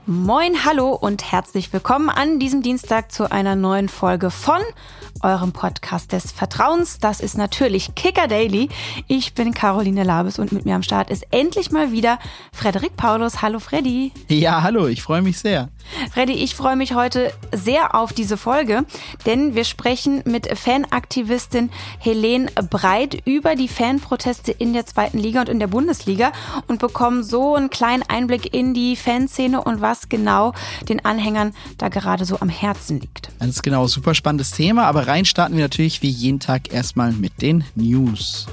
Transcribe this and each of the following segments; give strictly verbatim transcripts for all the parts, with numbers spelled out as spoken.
Moin, hallo und herzlich willkommen an diesem Dienstag zu einer neuen Folge von eurem Podcast des Vertrauens. Das ist natürlich Kicker Daily. Ich bin Caroline Labes und mit mir am Start ist endlich mal wieder Frederik Paulus. Hallo Freddy. Ja, hallo, ich freue mich sehr. Freddy, ich freue mich heute sehr auf diese Folge, denn wir sprechen mit Fanaktivistin Helene Breit über die Fanproteste in der zweiten Liga und in der Bundesliga und bekommen so einen kleinen Einblick in die Fanszene und was genau den Anhängern da gerade so am Herzen liegt. Das ist genau, super spannendes Thema, aber rein starten wir natürlich wie jeden Tag erstmal mit den News.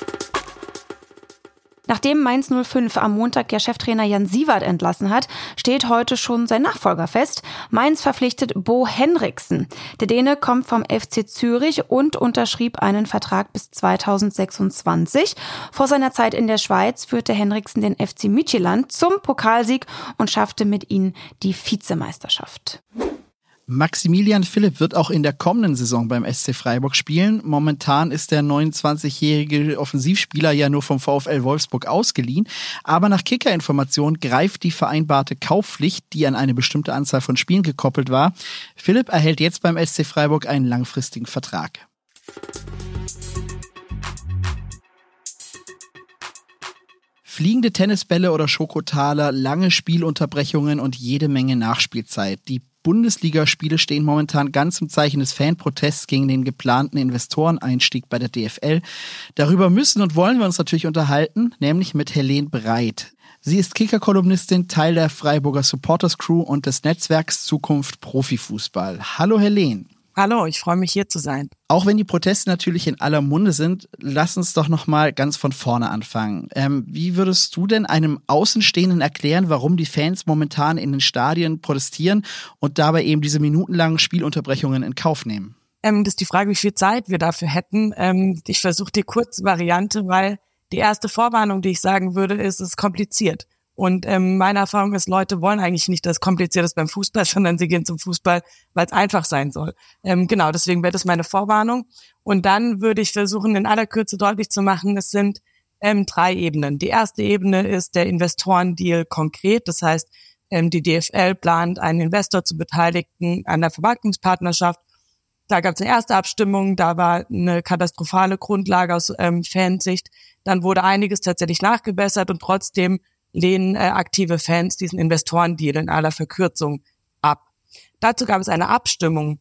Nachdem Mainz null fünf am Montag ja Cheftrainer Jan Siewert entlassen hat, steht heute schon sein Nachfolger fest. Mainz verpflichtet Bo Henriksen. Der Däne kommt vom F C Zürich und unterschrieb einen Vertrag bis zweitausendsechsundzwanzig. Vor seiner Zeit in der Schweiz führte Henriksen den F C Midtjylland zum Pokalsieg und schaffte mit ihnen die Vizemeisterschaft. Maximilian Philipp wird auch in der kommenden Saison beim S C Freiburg spielen. Momentan ist der neunundzwanzigjährige Offensivspieler ja nur vom VfL Wolfsburg ausgeliehen. Aber nach Kicker-Informationen greift die vereinbarte Kaufpflicht, die an eine bestimmte Anzahl von Spielen gekoppelt war. Philipp erhält jetzt beim S C Freiburg einen langfristigen Vertrag. Fliegende Tennisbälle oder Schokotaler, lange Spielunterbrechungen und jede Menge Nachspielzeit. Die Bundesligaspiele stehen momentan ganz im Zeichen des Fanprotests gegen den geplanten Investoreneinstieg bei der D F L. Darüber müssen und wollen wir uns natürlich unterhalten, nämlich mit Helene Breit. Sie ist Kicker-Kolumnistin, Teil der Freiburger Supporters-Crew und des Netzwerks Zukunft Profifußball. Hallo Helene. Hallo, ich freue mich hier zu sein. Auch wenn die Proteste natürlich in aller Munde sind, lass uns doch noch mal ganz von vorne anfangen. Ähm, wie würdest du denn einem Außenstehenden erklären, warum die Fans momentan in den Stadien protestieren und dabei eben diese minutenlangen Spielunterbrechungen in Kauf nehmen? Ähm, das ist die Frage, wie viel Zeit wir dafür hätten. Ähm, ich versuche die kurze Variante, weil die erste Vorwarnung, die ich sagen würde, ist, es ist kompliziert. Und ähm, meine Erfahrung ist, Leute wollen eigentlich nicht das Kompliziertes beim Fußball, sondern sie gehen zum Fußball, weil es einfach sein soll. Ähm, genau, deswegen wäre das meine Vorwarnung. Und dann würde ich versuchen, in aller Kürze deutlich zu machen, es sind ähm, drei Ebenen. Die erste Ebene ist der Investorendeal konkret. Das heißt, ähm, die D F L plant, einen Investor zu beteiligen an der Vermarktungspartnerschaft. Da gab es eine erste Abstimmung, da war eine katastrophale Grundlage aus ähm, Fansicht. Dann wurde einiges tatsächlich nachgebessert und trotzdem lehnen äh, aktive Fans diesen Investorendeal in aller Verkürzung ab. Dazu gab es eine Abstimmung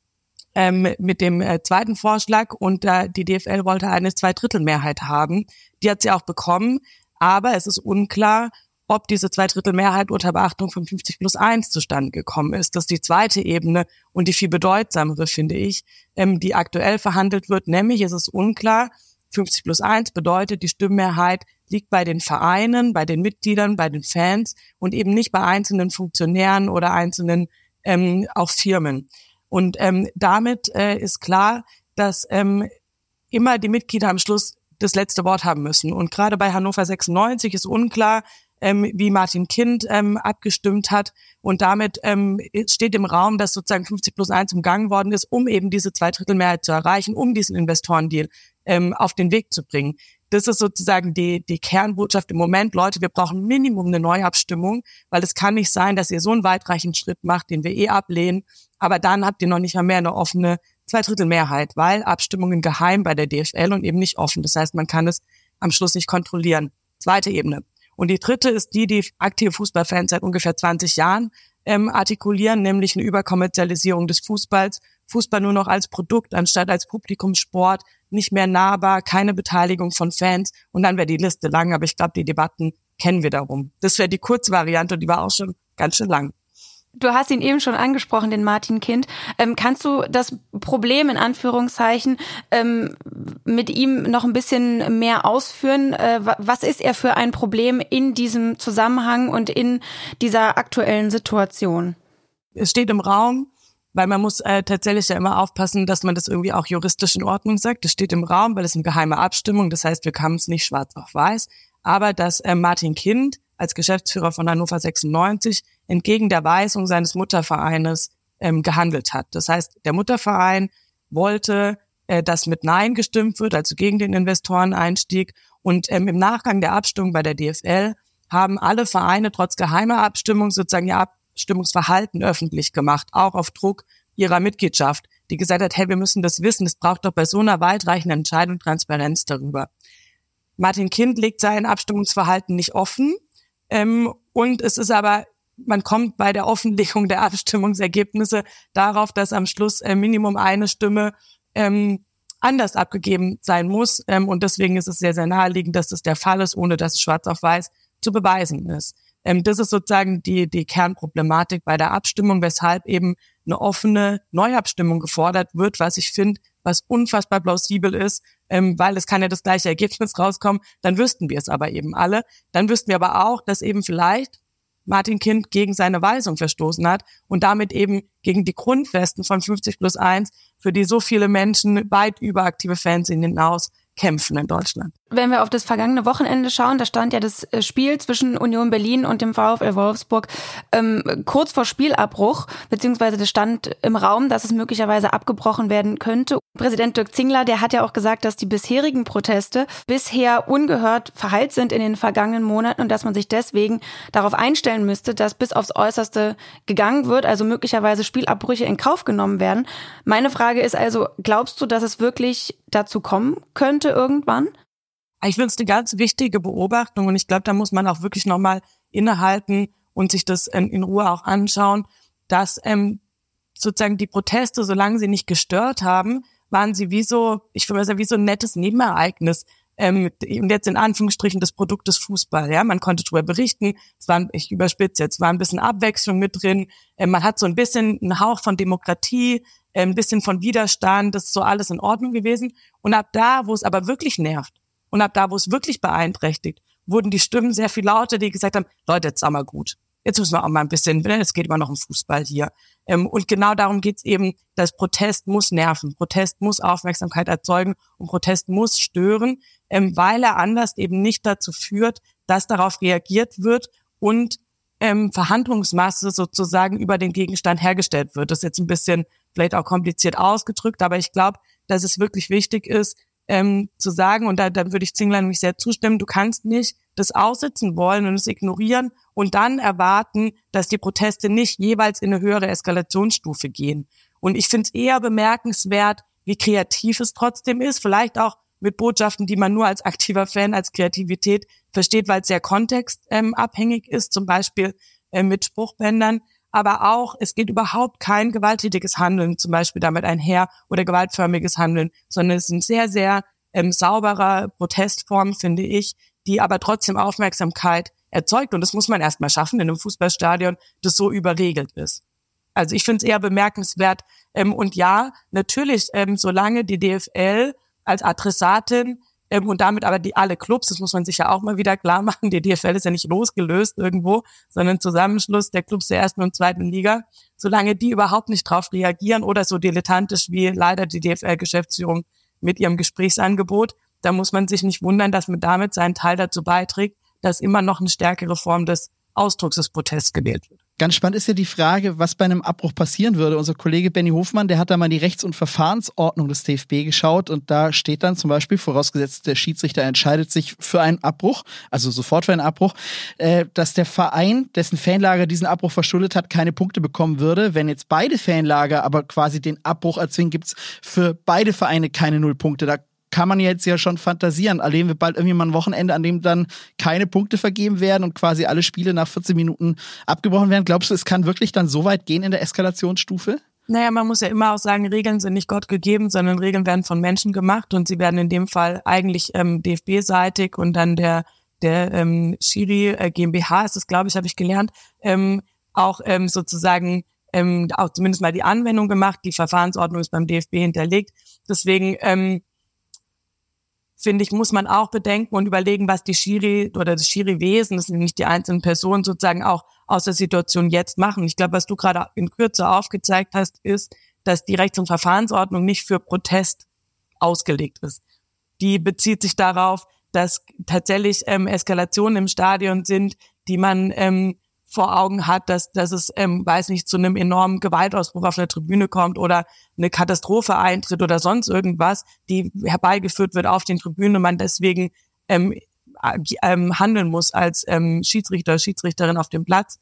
ähm, mit dem äh, zweiten Vorschlag und äh, die D F L wollte eine Zweidrittelmehrheit haben. Die hat sie auch bekommen, aber es ist unklar, ob diese Zweidrittelmehrheit unter Beachtung von fünfzig plus eins zustande gekommen ist. Das ist die zweite Ebene und die viel bedeutsamere, finde ich, ähm, die aktuell verhandelt wird, nämlich es ist unklar, fünfzig plus eins bedeutet, die Stimmmehrheit liegt bei den Vereinen, bei den Mitgliedern, bei den Fans und eben nicht bei einzelnen Funktionären oder einzelnen ähm, auch Firmen. Und ähm, damit äh, ist klar, dass ähm, immer die Mitglieder am Schluss das letzte Wort haben müssen. Und gerade bei Hannover sechsundneunzig ist unklar, ähm, wie Martin Kind ähm, abgestimmt hat. Und damit ähm, steht im Raum, dass sozusagen fünfzig plus eins umgangen worden ist, um eben diese Zweidrittelmehrheit zu erreichen, um diesen Investorendeal ähm, auf den Weg zu bringen. Das ist sozusagen die, die Kernbotschaft im Moment. Leute, wir brauchen Minimum eine Neuabstimmung, weil es kann nicht sein, dass ihr so einen weitreichenden Schritt macht, den wir eh ablehnen, aber dann habt ihr noch nicht mal mehr eine offene Zweidrittelmehrheit, weil Abstimmungen geheim bei der D F L und eben nicht offen. Das heißt, man kann es am Schluss nicht kontrollieren. Zweite Ebene. Und die dritte ist die, die aktive Fußballfans seit ungefähr zwanzig Jahren ähm, artikulieren, nämlich eine Überkommerzialisierung des Fußballs. Fußball nur noch als Produkt anstatt als Publikumssport, nicht mehr nahbar, keine Beteiligung von Fans und dann wäre die Liste lang, aber ich glaube, die Debatten kennen wir darum. Das wäre die Kurzvariante und die war auch schon ganz schön lang. Du hast ihn eben schon angesprochen, den Martin Kind. Ähm, kannst du das Problem in Anführungszeichen ähm, mit ihm noch ein bisschen mehr ausführen? Äh, was ist er für ein Problem in diesem Zusammenhang und in dieser aktuellen Situation? Es steht im Raum, weil man muss äh, tatsächlich ja immer aufpassen, dass man das irgendwie auch juristisch in Ordnung sagt. Das steht im Raum, weil es eine geheime Abstimmung, das heißt, wir haben es nicht schwarz auf weiß. Aber dass äh, Martin Kind als Geschäftsführer von Hannover sechsundneunzig entgegen der Weisung seines Muttervereines ähm, gehandelt hat. Das heißt, der Mutterverein wollte, äh, dass mit Nein gestimmt wird, also gegen den Investoreneinstieg. Und ähm, im Nachgang der Abstimmung bei der D F L haben alle Vereine trotz geheimer Abstimmung sozusagen ihr Abstimmungsverhalten öffentlich gemacht, auch auf Druck ihrer Mitgliedschaft, die gesagt hat, hey, wir müssen das wissen, es braucht doch bei so einer weitreichenden Entscheidung Transparenz darüber. Martin Kind legt sein Abstimmungsverhalten nicht offen, ähm, und es ist aber, man kommt bei der Offenlegung der Abstimmungsergebnisse darauf, dass am Schluss äh, Minimum eine Stimme ähm, anders abgegeben sein muss, ähm, und deswegen ist es sehr, sehr naheliegend, dass das der Fall ist, ohne dass es schwarz auf weiß zu beweisen ist. Ähm, das ist sozusagen die, die Kernproblematik bei der Abstimmung, weshalb eben eine offene Neuabstimmung gefordert wird, was ich finde, was unfassbar plausibel ist, ähm, weil es kann ja das gleiche Ergebnis rauskommen, dann wüssten wir es aber eben alle. Dann wüssten wir aber auch, dass eben vielleicht Martin Kind gegen seine Weisung verstoßen hat und damit eben gegen die Grundfesten von fünfzig plus eins, für die so viele Menschen weit über aktive Fernsehen hinaus kämpfen in Deutschland. Wenn wir auf das vergangene Wochenende schauen, da stand ja das Spiel zwischen Union Berlin und dem VfL Wolfsburg ähm, kurz vor Spielabbruch, beziehungsweise das stand im Raum, dass es möglicherweise abgebrochen werden könnte. Präsident Dirk Zingler, der hat ja auch gesagt, dass die bisherigen Proteste bisher ungehört verhallt sind in den vergangenen Monaten und dass man sich deswegen darauf einstellen müsste, dass bis aufs Äußerste gegangen wird, also möglicherweise Spielabbrüche in Kauf genommen werden. Meine Frage ist also, glaubst du, dass es wirklich dazu kommen könnte irgendwann? Ich finde es eine ganz wichtige Beobachtung und ich glaube, da muss man auch wirklich nochmal innehalten und sich das in, in Ruhe auch anschauen, dass ähm, sozusagen die Proteste, solange sie nicht gestört haben, waren sie wie so, ich würde mal sagen, wie so ein nettes Nebenereignis. Ähm, und jetzt in Anführungsstrichen das Produkt des Fußball. Ja, man konnte darüber berichten. Es war, ich überspitze jetzt, war ein bisschen Abwechslung mit drin. Ähm, man hat so ein bisschen einen Hauch von Demokratie, äh, ein bisschen von Widerstand. Das ist so alles in Ordnung gewesen. Und ab da, wo es aber wirklich nervt und ab da, wo es wirklich beeinträchtigt, wurden die Stimmen sehr viel lauter, die gesagt haben: Leute, jetzt sind wir gut. Jetzt müssen wir auch mal ein bisschen, es geht immer noch um Fußball hier. Ähm, und genau darum geht's eben, dass Protest muss nerven, Protest muss Aufmerksamkeit erzeugen und Protest muss stören, ähm, weil er anders eben nicht dazu führt, dass darauf reagiert wird und ähm, Verhandlungsmasse sozusagen über den Gegenstand hergestellt wird. Das ist jetzt ein bisschen vielleicht auch kompliziert ausgedrückt, aber ich glaube, dass es wirklich wichtig ist, ähm, zu sagen, und da, da würde ich Zingler nämlich sehr zustimmen, du kannst nicht das aussitzen wollen und es ignorieren und dann erwarten, dass die Proteste nicht jeweils in eine höhere Eskalationsstufe gehen. Und ich finde es eher bemerkenswert, wie kreativ es trotzdem ist, vielleicht auch mit Botschaften, die man nur als aktiver Fan, als Kreativität versteht, weil es sehr kontextabhängig ähm, ist, zum Beispiel äh, mit Spruchbändern. Aber auch, es geht überhaupt kein gewalttätiges Handeln zum Beispiel damit einher oder gewaltförmiges Handeln, sondern es ist ein sehr, sehr ähm, sauberer Protestform, finde ich, die aber trotzdem Aufmerksamkeit erzeugt. Und das muss man erstmal schaffen in einem Fußballstadion, das so überregelt ist. Also ich finde es eher bemerkenswert. Ähm, und ja, natürlich, ähm, solange die D F L als Adressatin ähm, und damit aber die alle Clubs, das muss man sich ja auch mal wieder klar machen, die D F L ist ja nicht losgelöst irgendwo, sondern Zusammenschluss der Clubs der ersten und zweiten Liga. Solange die überhaupt nicht drauf reagieren oder so dilettantisch wie leider die D F L-Geschäftsführung mit ihrem Gesprächsangebot, da muss man sich nicht wundern, dass man damit seinen Teil dazu beiträgt, dass immer noch eine stärkere Form des Ausdrucks des Protests gewählt wird. Ganz spannend ist ja die Frage, was bei einem Abbruch passieren würde. Unser Kollege Benny Hofmann, der hat da mal die Rechts- und Verfahrensordnung des D F B geschaut und da steht dann zum Beispiel, vorausgesetzt der Schiedsrichter entscheidet sich für einen Abbruch, also sofort für einen Abbruch, äh, dass der Verein, dessen Fanlager diesen Abbruch verschuldet hat, keine Punkte bekommen würde. Wenn jetzt beide Fanlager aber quasi den Abbruch erzwingen, gibt's für beide Vereine keine Nullpunkte. Da kann man jetzt ja schon fantasieren. Erleben wir bald irgendwie mal ein Wochenende, an dem dann keine Punkte vergeben werden und quasi alle Spiele nach vierzehn Minuten abgebrochen werden. Glaubst du, es kann wirklich dann so weit gehen in der Eskalationsstufe? Naja, man muss ja immer auch sagen, Regeln sind nicht Gott gegeben, sondern Regeln werden von Menschen gemacht und sie werden in dem Fall eigentlich ähm, D F B-seitig und dann der der ähm, Schiri äh, GmbH ist es, glaube ich, habe ich gelernt, ähm, auch ähm, sozusagen ähm, auch zumindest mal die Anwendung gemacht. Die Verfahrensordnung ist beim D F B hinterlegt. Deswegen ähm, finde ich, muss man auch bedenken und überlegen, was die Schiri oder das Schiri-Wesen, das sind nicht die einzelnen Personen, sozusagen auch aus der Situation jetzt machen. Ich glaube, was du gerade in Kürze aufgezeigt hast, ist, dass die Rechts- und Verfahrensordnung nicht für Protest ausgelegt ist. Die bezieht sich darauf, dass tatsächlich ähm, Eskalationen im Stadion sind, die man ähm, vor Augen hat, dass, dass es, ähm, weiß nicht, zu einem enormen Gewaltausbruch auf der Tribüne kommt oder eine Katastrophe eintritt oder sonst irgendwas, die herbeigeführt wird auf den Tribünen und man deswegen ähm, ähm, handeln muss als ähm, Schiedsrichter, Schiedsrichterin auf dem Platz.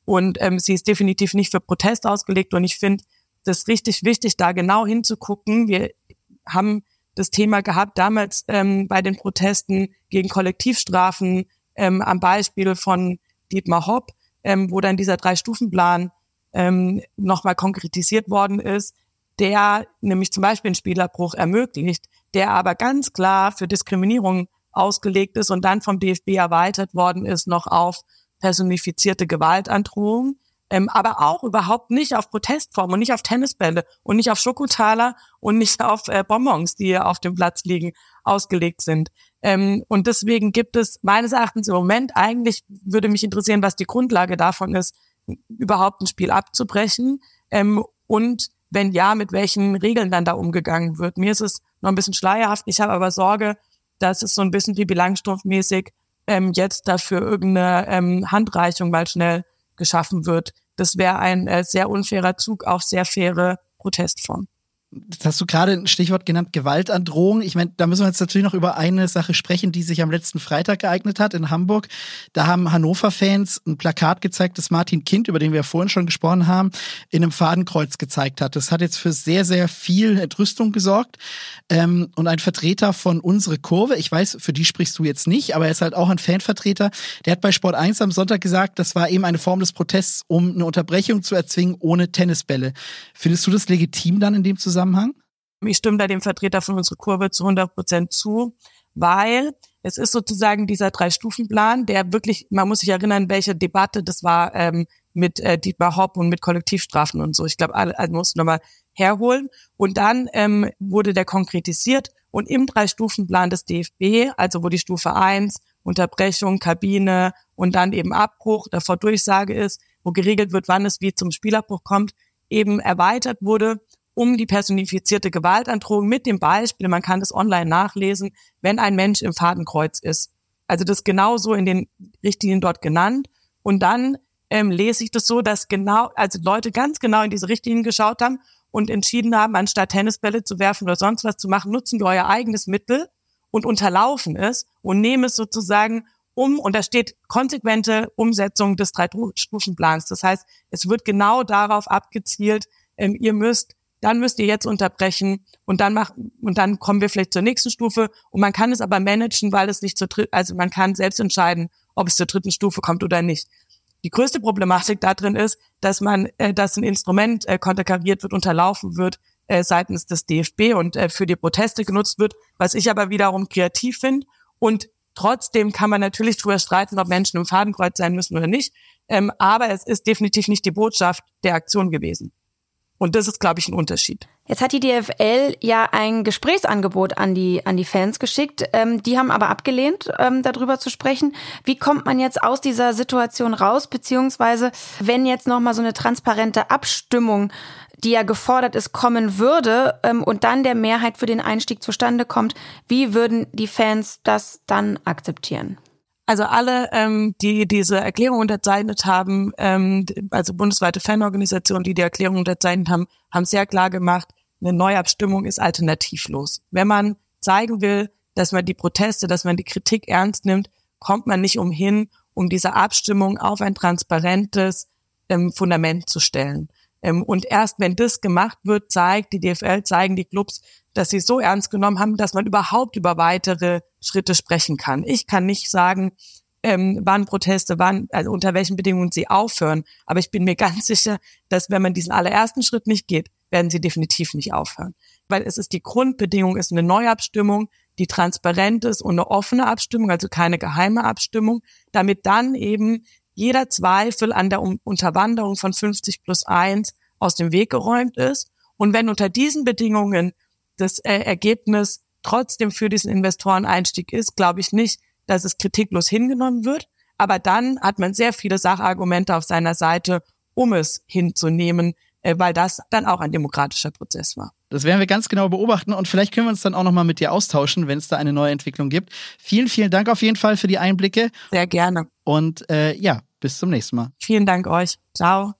Und ähm, sie ist definitiv nicht für Protest ausgelegt. Und ich finde das richtig wichtig, da genau hinzugucken. Wir haben das Thema gehabt damals ähm, bei den Protesten gegen Kollektivstrafen ähm, am Beispiel von Dietmar Hopp, ähm, wo dann dieser Drei-Stufen-Plan ähm, nochmal konkretisiert worden ist, der nämlich zum Beispiel einen Spielabbruch ermöglicht, der aber ganz klar für Diskriminierung ausgelegt ist und dann vom D F B erweitert worden ist noch auf personifizierte Gewaltandrohung, ähm, aber auch überhaupt nicht auf Protestformen und nicht auf Tennisbälle und nicht auf Schokotaler und nicht auf äh, Bonbons, die auf dem Platz liegen, ausgelegt sind. Ähm, und deswegen gibt es meines Erachtens im Moment, eigentlich würde mich interessieren, was die Grundlage davon ist, überhaupt ein Spiel abzubrechen ähm, und wenn ja, mit welchen Regeln dann da umgegangen wird. Mir ist es noch ein bisschen schleierhaft. Ich habe aber Sorge, dass es so ein bisschen wie Langstrumpf-mäßig ähm, jetzt dafür irgendeine ähm, Handreichung mal schnell geschaffen wird. Das wäre ein äh, sehr unfairer Zug auf sehr faire Protestformen. Das hast du gerade ein Stichwort genannt, Gewaltandrohung. Ich meine, da müssen wir jetzt natürlich noch über eine Sache sprechen, die sich am letzten Freitag geeignet hat in Hamburg. Da haben Hannover-Fans ein Plakat gezeigt, das Martin Kind, über den wir ja vorhin schon gesprochen haben, in einem Fadenkreuz gezeigt hat. Das hat jetzt für sehr, sehr viel Entrüstung gesorgt. Ähm, und ein Vertreter von Unsere Kurve, ich weiß, für die sprichst du jetzt nicht, aber er ist halt auch ein Fanvertreter, der hat bei Sport eins am Sonntag gesagt, das war eben eine Form des Protests, um eine Unterbrechung zu erzwingen ohne Tennisbälle. Findest du das legitim dann in dem Zusammenhang? Ich stimme da dem Vertreter von Unsere Kurve zu hundert Prozent zu, weil es ist sozusagen dieser Drei-Stufen-Plan, der wirklich, man muss sich erinnern, welche Debatte das war ähm, mit äh, Dietmar Hopp und mit Kollektivstrafen und so. Ich glaube, alle also mussten nochmal herholen. Und dann ähm, wurde der konkretisiert und im Drei-Stufen-Plan des D F B, also wo die Stufe eins, Unterbrechung, Kabine und dann eben Abbruch, davor Durchsage ist, wo geregelt wird, wann es wie zum Spielabbruch kommt, eben erweitert wurde, um die personifizierte Gewaltandrohung mit dem Beispiel, man kann das online nachlesen, wenn ein Mensch im Fadenkreuz ist. Also das genauso in den Richtlinien dort genannt. Und dann ähm, lese ich das so, dass genau, also Leute ganz genau in diese Richtlinien geschaut haben und entschieden haben, anstatt Tennisbälle zu werfen oder sonst was zu machen, nutzen wir euer eigenes Mittel und unterlaufen es und nehmen es sozusagen um, und da steht konsequente Umsetzung des Drei-Stufen-Plans. Das heißt, es wird genau darauf abgezielt, ähm, ihr müsst dann müsst ihr jetzt unterbrechen und dann machen und dann kommen wir vielleicht zur nächsten Stufe und man kann es aber managen, weil es nicht zur dritten, also man kann selbst entscheiden, ob es zur dritten Stufe kommt oder nicht. Die größte Problematik da drin ist, dass man, äh, dass ein Instrument äh, konterkariert wird, unterlaufen wird äh, seitens des D F B und äh, für die Proteste genutzt wird, was ich aber wiederum kreativ finde. Und trotzdem kann man natürlich drüber streiten, ob Menschen im Fadenkreuz sein müssen oder nicht. Ähm, aber es ist definitiv nicht die Botschaft der Aktion gewesen. Und das ist, glaube ich, ein Unterschied. Jetzt hat die D F L ja ein Gesprächsangebot an die an die Fans geschickt. Ähm, die haben aber abgelehnt, ähm, darüber zu sprechen. Wie kommt man jetzt aus dieser Situation raus? Beziehungsweise, wenn jetzt nochmal so eine transparente Abstimmung, die ja gefordert ist, kommen würde ähm, und dann der Mehrheit für den Einstieg zustande kommt, wie würden die Fans das dann akzeptieren? Also alle, ähm, die diese Erklärung unterzeichnet haben, ähm, also bundesweite Fanorganisationen, die die Erklärung unterzeichnet haben, haben sehr klar gemacht, eine Neuabstimmung ist alternativlos. Wenn man zeigen will, dass man die Proteste, dass man die Kritik ernst nimmt, kommt man nicht umhin, um diese Abstimmung auf ein transparentes ähm, Fundament zu stellen. Ähm, und erst wenn das gemacht wird, zeigt die D F L, zeigen die Clubs, dass sie es so ernst genommen haben, dass man überhaupt über weitere Schritte sprechen kann. Ich kann nicht sagen, ähm, wann Proteste, wann, also unter welchen Bedingungen sie aufhören. Aber ich bin mir ganz sicher, dass wenn man diesen allerersten Schritt nicht geht, werden sie definitiv nicht aufhören. Weil es ist die Grundbedingung, ist eine Neuabstimmung, die transparent ist und eine offene Abstimmung, also keine geheime Abstimmung, damit dann eben jeder Zweifel an der Unterwanderung von fünfzig plus eins aus dem Weg geräumt ist. Und wenn unter diesen Bedingungen das äh, Ergebnis trotzdem für diesen Investoreneinstieg ist, glaube ich nicht, dass es kritiklos hingenommen wird. Aber dann hat man sehr viele Sachargumente auf seiner Seite, um es hinzunehmen, äh, weil das dann auch ein demokratischer Prozess war. Das werden wir ganz genau beobachten und vielleicht können wir uns dann auch nochmal mit dir austauschen, wenn es da eine neue Entwicklung gibt. Vielen, vielen Dank auf jeden Fall für die Einblicke. Sehr gerne. Und äh, ja, bis zum nächsten Mal. Vielen Dank euch. Ciao.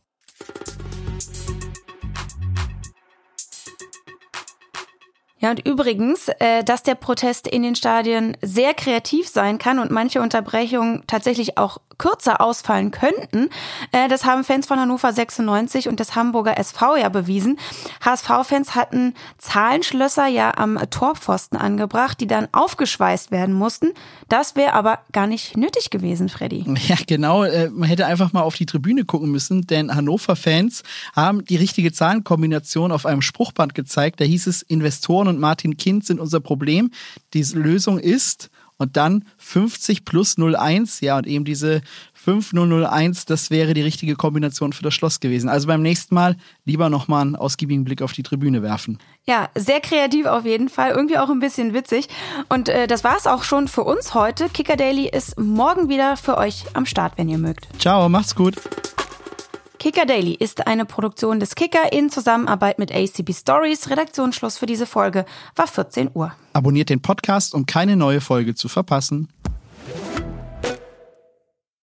Ja, und übrigens, äh, dass der Protest in den Stadien sehr kreativ sein kann und manche Unterbrechungen tatsächlich auch kürzer ausfallen könnten. Äh, das haben Fans von Hannover sechsundneunzig und des Hamburger S V ja bewiesen. H S V-Fans hatten Zahlenschlösser ja am Torpfosten angebracht, die dann aufgeschweißt werden mussten. Das wäre aber gar nicht nötig gewesen, Freddy. Ja, genau. Man hätte einfach mal auf die Tribüne gucken müssen, denn Hannover-Fans haben die richtige Zahlenkombination auf einem Spruchband gezeigt. Da hieß es, Investoren und Martin Kind sind unser Problem. Die Lösung ist... Und dann fünfzig plus null eins, ja, und eben diese fünf null null eins, das wäre die richtige Kombination für das Schloss gewesen. Also beim nächsten Mal lieber nochmal einen ausgiebigen Blick auf die Tribüne werfen. Ja, sehr kreativ auf jeden Fall, irgendwie auch ein bisschen witzig. Und äh, das war's auch schon für uns heute. Kicker Daily ist morgen wieder für euch am Start, wenn ihr mögt. Ciao, macht's gut. Kicker Daily ist eine Produktion des Kicker in Zusammenarbeit mit A C B Stories. Redaktionsschluss für diese Folge war vierzehn Uhr. Abonniert den Podcast, um keine neue Folge zu verpassen.